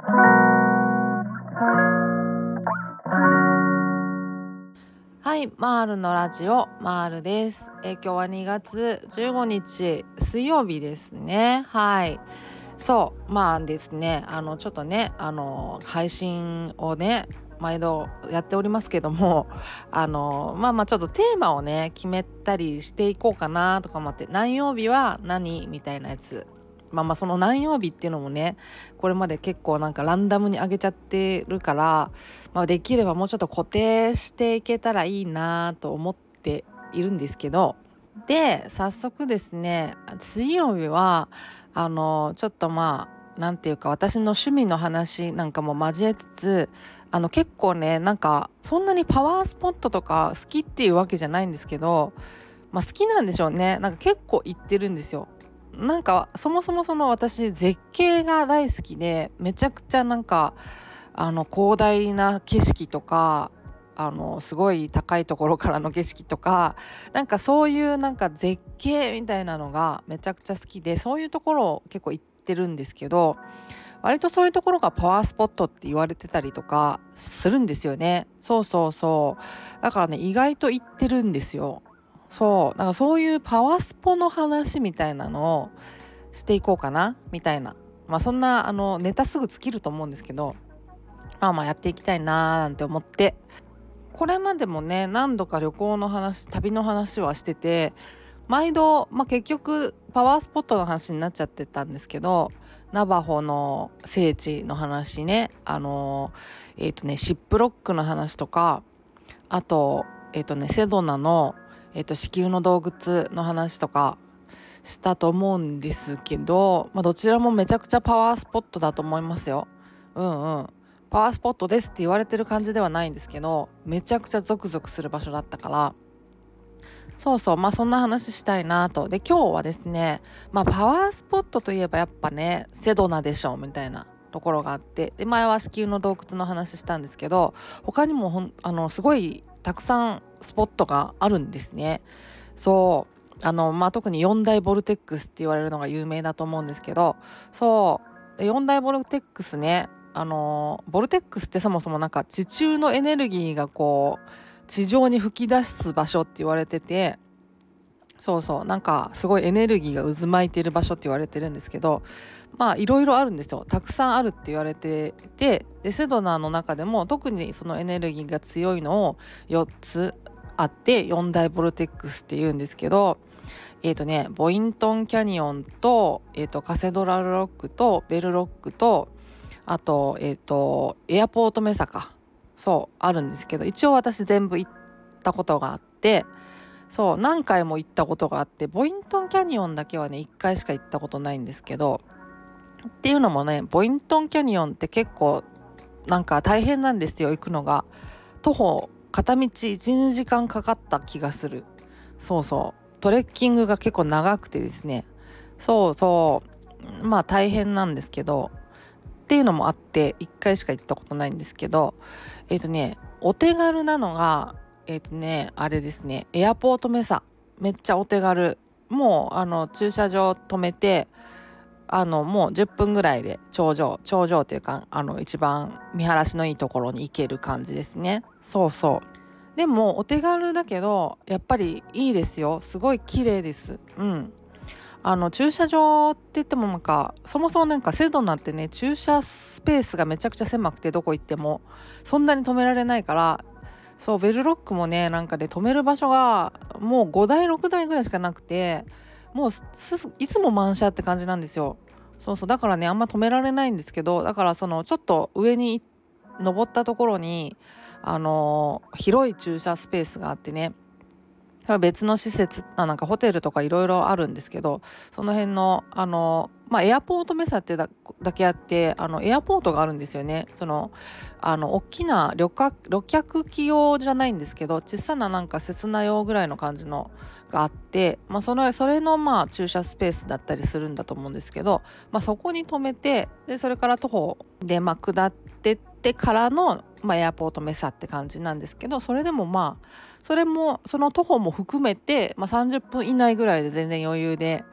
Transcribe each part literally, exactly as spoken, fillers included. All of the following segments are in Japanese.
はい、マールのラジオマールです。えー今日はにがつじゅうごにち水曜日ですね。はい。そうまあですねあのちょっとねあの配信をね毎度やっておりますけどもあのまあまあちょっとテーマをね決めたりしていこうかなとか思って、何曜日は何みたいなやつ、まあまあその何曜日っていうのもねこれまで結構なんかランダムに上げちゃってるから、まあ、できればもうちょっと固定していけたらいいなと思っているんですけど、で早速ですね水曜日はあのちょっとまあなんていうか私の趣味の話なんかも交えつつ、あの結構ねなんかそんなにパワースポットとか好きっていうわけじゃないんですけど、まあ好きなんでしょうね。なんか結構行ってるんですよ。なんかそもそもその私絶景が大好きで、めちゃくちゃなんかあの広大な景色とか、あのすごい高いところからの景色とか、なんかそういうなんか絶景みたいなのがめちゃくちゃ好きで、そういうところを結構行ってるんですけど、割とそういうところがパワースポットって言われてたりとかするんですよね。そうそうそう。だからね意外と行ってるんですよ。そう、なんかそういうパワースポの話みたいなのをしていこうかなみたいな。まあそんなあのネタすぐ尽きると思うんですけど、まあまあやっていきたいなーなんて思って、これまでもね何度か旅行の話旅の話はしてて、毎度、まあ、結局パワースポットの話になっちゃってたんですけど、ナバホの聖地の話ね、あのえっ、とねシップロックの話とか、あとえっ、とねセドナの、えー、と子宮の洞窟の話とかしたと思うんですけど、まあ、どちらもめちゃくちゃパワースポットだと思いますよ。うんうん。パワースポットですって言われてる感じではないんですけど、めちゃくちゃゾクゾクする場所だったから、そうそう、まあそんな話したいなと。で今日はですね、まあパワースポットといえばやっぱねセドナでしょみたいなところがあって、で前は子宮の洞窟の話したんですけど、他にもほんあのすごいたくさんスポットがあるんですね。そうあのまあ特によん大ボルテックスって言われるのが有名だと思うんですけど、そうでよん大ボルテックスね、あのボルテックスってそもそもなんか地中のエネルギーがこう地上に吹き出す場所って言われてて、そうそうなんかすごいエネルギーが渦巻いている場所って言われてるんですけど、まあいろいろあるんですよ。たくさんあるって言われてて、でセドナの中でも特にそのエネルギーが強いのをよっつあってよん大ボルテックスって言うんですけど、えっ、とねボイントンキャニオンと、えー、とカセドラルロックとベルロックと、あとえっ、とエアポートメサか、そうあるんですけど、一応私全部行ったことがあって、そう何回も行ったことがあって、ボイントンキャニオンだけはねいっかいしか行ったことないんですけど、っていうのもねボイントンキャニオンって結構なんか大変なんですよ、行くのが。徒歩片道いちにじかんかかった気がする。そうそうトレッキングが結構長くてですね、そうそうまあ大変なんですけど、っていうのもあっていっかいしか行ったことないんですけど、えっ、とねお手軽なのがえっ、とねあれですね、エアポートメサ、めっちゃお手軽。もうあの駐車場止めて、あのもうじゅっぷんぐらいで頂上頂上というか、あの一番見晴らしのいいところに行ける感じですね。そうそうでもお手軽だけどやっぱりいいですよ、すごい綺麗です。うん。あの駐車場って言ってもなんかそもそもなんかセドナってね駐車スペースがめちゃくちゃ狭くて、どこ行ってもそんなに止められないから、そうベルロックもねなんかで、ね、止める場所がもうご大ろく大ぐらいしかなくて、もういつも満車って感じなんですよ。そうそうだからねあんま止められないんですけど、だからそのちょっと上に登ったところにあのー広い駐車スペースがあってね、別の施設あなんかホテルとかいろいろあるんですけど、その辺のあのまあエアポートメサってだだけあって、あのエアポートがあるんですよね。そのあの大きな旅客旅客機用じゃないんですけど、小さななんかセナ用ぐらいの感じのがあって、まあそのそれのまあ駐車スペースだったりするんだと思うんですけど、まあそこに止めて、でそれから徒歩でまあ下ってってからのまあエアポートメサって感じなんですけど、それでもまあそれもその徒歩も含めて、まあ、さんじゅっぷん以内ぐらいで全然余裕で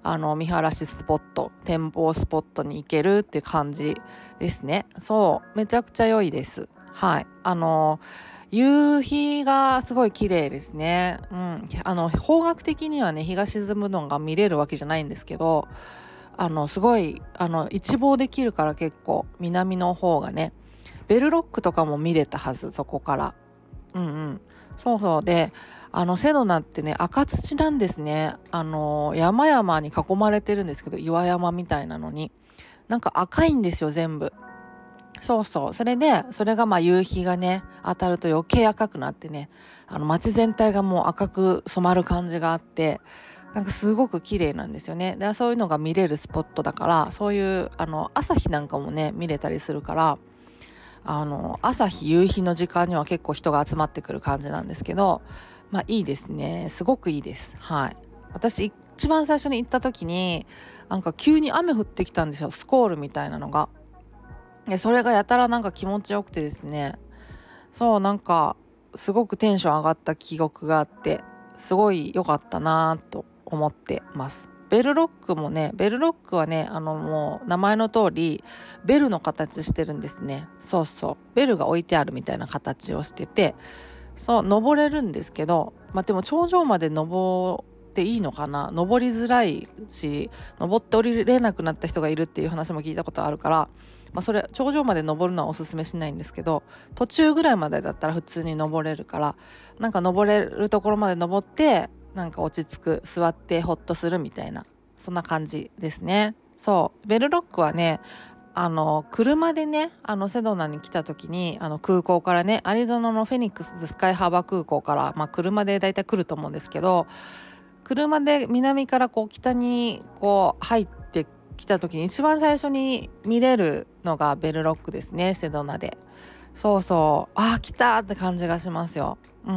あの見晴らしスポット、展望スポットに行けるって感じですね。そうめちゃくちゃ良いです。はい、あの夕日がすごい綺麗ですね。うん、あの方角的にはね日が沈むのが見れるわけじゃないんですけど、あのすごいあの一望できるから、結構南の方がね、ベルロックとかも見れたはず、そこから。うんうん、そうそうで、あのセドナってね赤土なんですね。あの山々に囲まれてるんですけど、岩山みたいなのになんか赤いんですよ全部。そうそう、それでそれがまあ夕日がね当たると余計赤くなってね、あの街全体がもう赤く染まる感じがあって、なんかすごく綺麗なんですよね。でそういうのが見れるスポットだから、そういうあの朝日なんかもね見れたりするから、あの朝日夕日の時間には結構人が集まってくる感じなんですけど、まあいいですね、すごくいいです。はい、私一番最初に行った時になんか急に雨降ってきたんですよ、スコールみたいなのが。でそれがやたらなんか気持ちよくてですね、そうなんかすごくテンション上がった記憶があって、すごい良かったなと思ってます。ベルロックもね、ベルロックはね、あのもう名前の通りベルの形してるんですね。そうそう、ベルが置いてあるみたいな形をしてて、そう登れるんですけど、まあでも頂上まで登っていいのかな、登りづらいし、登って降りれなくなった人がいるっていう話も聞いたことあるから、まあ、それ頂上まで登るのはおすすめしないんですけど、途中ぐらいまでだったら普通に登れるから、なんか登れるところまで登ってなんか落ち着く、座ってホッとするみたいな、そんな感じですね。そうベルロックはね、あの車でね、あのセドナに来た時に、あの空港からね、アリゾナのフェニックススカイハーバー空港から、まあ、車でだいたい来ると思うんですけど、車で南からこう北にこう入ってきた時に一番最初に見れるのがベルロックですね、セドナで。そうそう、あー来たって感じがしますよ。うんうん。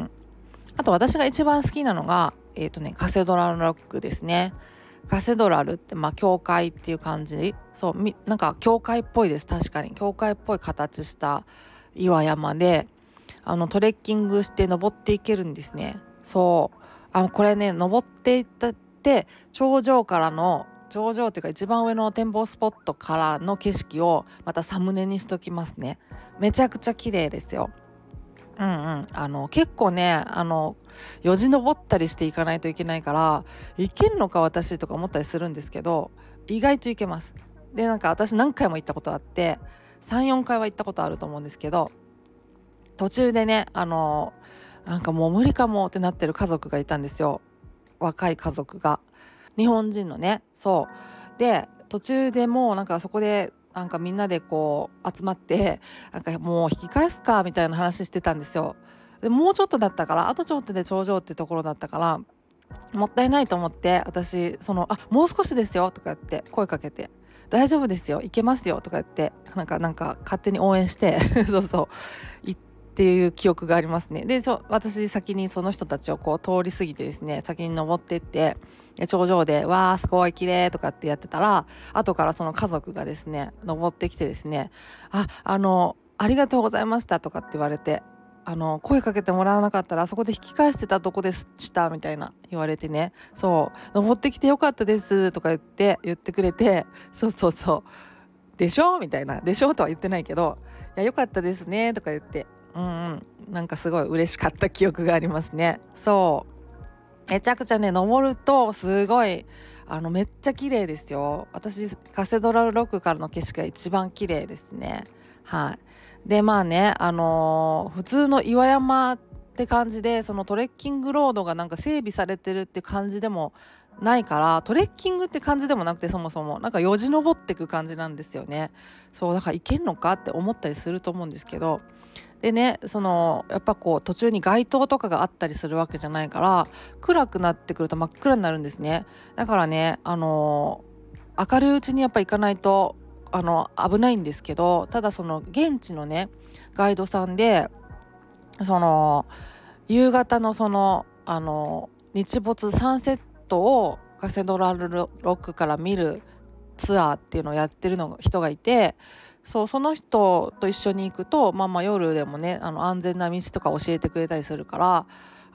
あと私が一番好きなのがえっとねカセドラルロックですね。カセドラルってまあ教会っていう感じ。そうみなんか教会っぽいです。確かに教会っぽい形した岩山で、あのトレッキングして登っていけるんですね。そうあこれね、登っていったって頂上からの頂上っていうか一番上の展望スポットからの景色をまたサムネにしときますね。めちゃくちゃ綺麗ですよ。うんうん、あの結構ね、あのよじ登ったりしていかないといけないから、いけんのか私とか思ったりするんですけど、意外といけます。でなんか私何回も行ったことあって、さんよんかいは行ったことあると思うんですけど、途中でね、あのなんかもう無理かもってなってる家族がいたんですよ。若い家族が、日本人のね。そうで途中でもうなんかそこでなんかみんなでこう集まって、なんかもう引き返すかみたいな話してたんですよ。でもうちょっとだったから、あとちょっとで頂上ってところだったから、もったいないと思って、私そのあもう少しですよとか言って声かけて、大丈夫ですよ行けますよとか言って、なんかなんか勝手に応援してそうそう行っていう記憶がありますね。でちょ私先にその人たちをこう通り過ぎてですね、先に登ってって、頂上でわーすごい綺麗とかってやってたら、後からその家族がですね登ってきてですね、ああのありがとうございましたとかって言われて、あの声かけてもらわなかったらあそこで引き返してたとこでしたみたいな言われてね、そう登ってきてよかったですとか言って言ってくれて、そうそうそうでしょみたいな、でしょとは言ってないけど、いやよかったですねとか言って、うんうんなんかすごい嬉しかった記憶がありますね。そうめちゃくちゃね登るとすごい、あのめっちゃ綺麗ですよ。私カセドラルロックからの景色が一番綺麗ですね。はいでまあね、あのー普通の岩山って感じで、そのトレッキングロードがなんか整備されてるって感じでもないから、トレッキングって感じでもなくて、そもそもなんかよじ登ってく感じなんですよね。そうだから行けんのかって思ったりすると思うんですけど、でね、そのやっぱこう途中に街灯とかがあったりするわけじゃないから、暗くなってくると真っ暗になるんですね。だからね、あのー明るいうちにやっぱ行かないとあの危ないんですけど、ただその現地のねガイドさんで、その夕方のそのあの日没サンセットをカセドラルロックから見るツアーっていうのをやってるのが人がいて、そうその人と一緒に行くと、まあまあ夜でもね、あの安全な道とか教えてくれたりするから、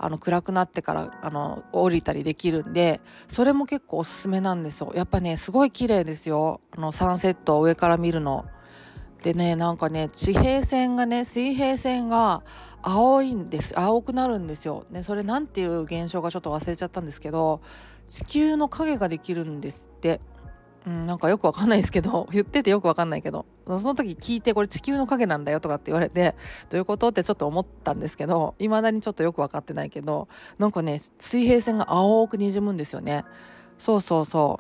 あの暗くなってからあの降りたりできるんで、それも結構おすすめなんですよ。やっぱねすごい綺麗ですよ、あのサンセットを上から見るのでね。なんかね地平線がね水平線が青いんです。青くなるんですよ。でそれなんていう現象かちょっと忘れちゃったんですけど、地球の影ができるんですって。うん、なんかよくわかんないですけど、言っててよくわかんないけど、その時聞いてこれ地球の影なんだよとかって言われて、どういうことってちょっと思ったんですけど、未だにちょっとよくわかってないけど、なんかね水平線が青く滲むんですよね。そうそうそう、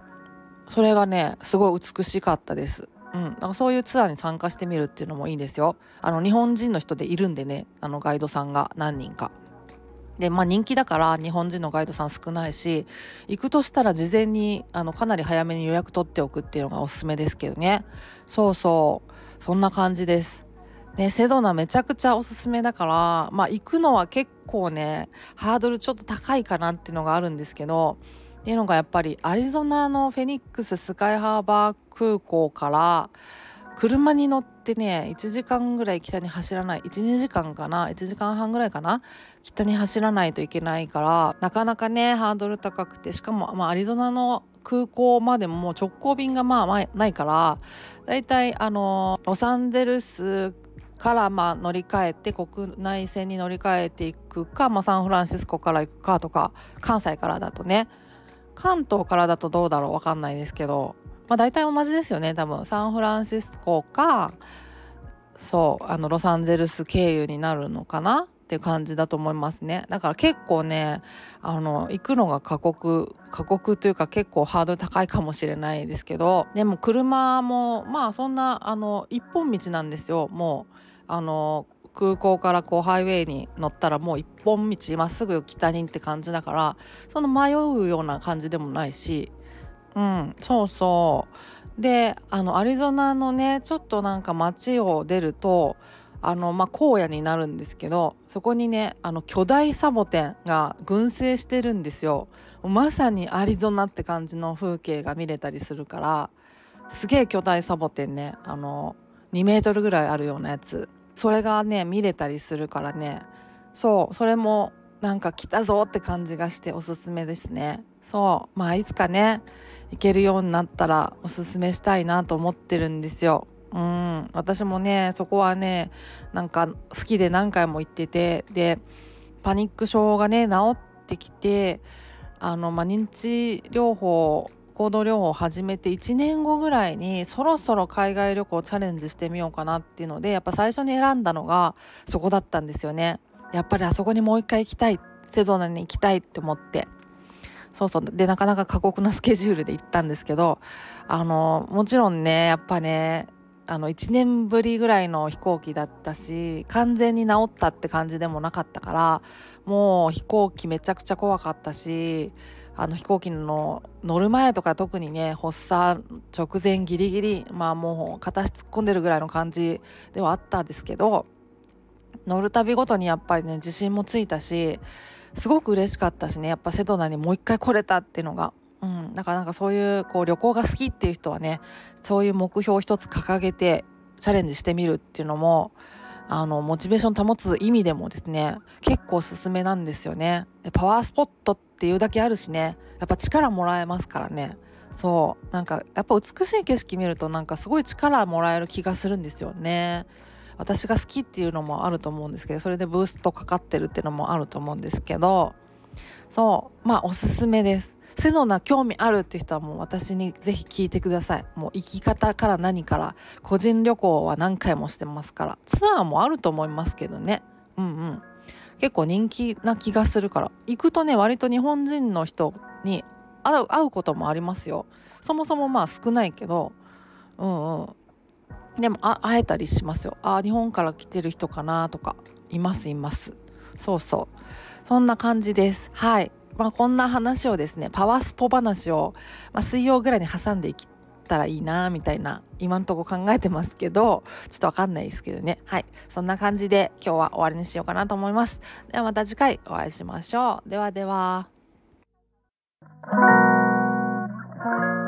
それがねすごい美しかったです。うん、なんかそういうツアーに参加してみるっていうのもいいですよ。あの日本人の人でいるんでね、あのガイドさんが何人かで、まあ、人気だから日本人のガイドさん少ないし、行くとしたら事前にあのかなり早めに予約取っておくっていうのがおすすめですけどね。そうそう、そんな感じです。ね、セドナめちゃくちゃおすすめだから、まあ、行くのは結構ねハードルちょっと高いかなっていうのがあるんですけど、っていうのがやっぱりアリゾナのフェニックススカイハーバー空港から車に乗ってねいちじかんぐらい北に走らない、いちにじかんかな、いちじかんはんぐらいかな、北に走らないといけないから、なかなかねハードル高くて、しかも、まあ、アリゾナの空港までももう直行便がまあまあないから、だいたいあのロサンゼルスからまあ乗り換えて国内線に乗り換えていくか、まあ、サンフランシスコから行くかとか、関西からだとね、関東からだとどうだろうわかんないですけど、まあ大体同じですよね多分。サンフランシスコか、そうあのロサンゼルス経由になるのかなっていう感じだと思いますね。だから結構ねあの行くのが過酷過酷というか結構ハードル高いかもしれないですけど、でも車もまあそんなあの一本道なんですよ。もうあの空港からこうハイウェイに乗ったらもう一本道まっすぐ北にって感じだから、その迷うような感じでもないし、うん、そうそうで、あのアリゾナのねちょっとなんか街を出るとあの、まあ、荒野になるんですけど、そこにねあの巨大サボテンが群生してるんですよ。まさにアリゾナって感じの風景が見れたりするから、すげえ巨大サボテンね、あのにメートルぐらいあるようなやつ、それがね見れたりするからね、そうそれもなんか来たぞって感じがしておすすめですね。そうまあいつかね行けるようになったらおすすめしたいなと思ってるんですよ。うん私もねそこはねなんか好きで何回も行ってて、でパニック症がね治ってきて、あの、まあ、認知療法行動療法を始めていちねんごぐらいにそろそろ海外旅行チャレンジしてみようかなっていうので、やっぱ最初に選んだのがそこだったんですよね。やっぱりあそこにもう一回行きたい、セゾナに行きたいって思って、そうそうでなかなか過酷なスケジュールで行ったんですけど、あのもちろんねやっぱねあのいちねんぶりぐらいの飛行機だったし、完全に治ったって感じでもなかったから、もう飛行機めちゃくちゃ怖かったし、あの飛行機の乗る前とか特にね発作直前ギリギリ、まあもう片足突っ込んでるぐらいの感じではあったんですけど、乗るたびごとにやっぱりね自信もついたし、すごく嬉しかったしね、やっぱセドナにもう一回来れたっていうのが、うん、だからなんかそういうこう旅行が好きっていう人はね、そういう目標を一つ掲げてチャレンジしてみるっていうのも、あのモチベーション保つ意味でもですね結構おすすめなんですよね。でパワースポットっていうだけあるしね、やっぱ力もらえますからね。そうなんかやっぱ美しい景色見るとなんかすごい力もらえる気がするんですよね。私が好きっていうのもあると思うんですけど、それでブーストかかってるっていうのもあると思うんですけど、そうまあおすすめです。セドナ興味あるって人はもう私にぜひ聞いてください。もう行き方から何から個人旅行は何回もしてますから、ツアーもあると思いますけどね。うんうん、結構人気な気がするから、行くとね割と日本人の人に会う、会うこともありますよ。そもそもまあ少ないけど、うんうん、でもあ会えたりしますよ。あ日本から来てる人かなとか、いますいます。そうそうそんな感じです。はい、まあ、こんな話をですねパワースポ話を、まあ、水曜ぐらいに挟んでいったらいいなみたいな今んとこ考えてますけど、ちょっとわかんないですけどね。はい、そんな感じで今日は終わりにしようかなと思います。ではまた次回お会いしましょう。ではでは。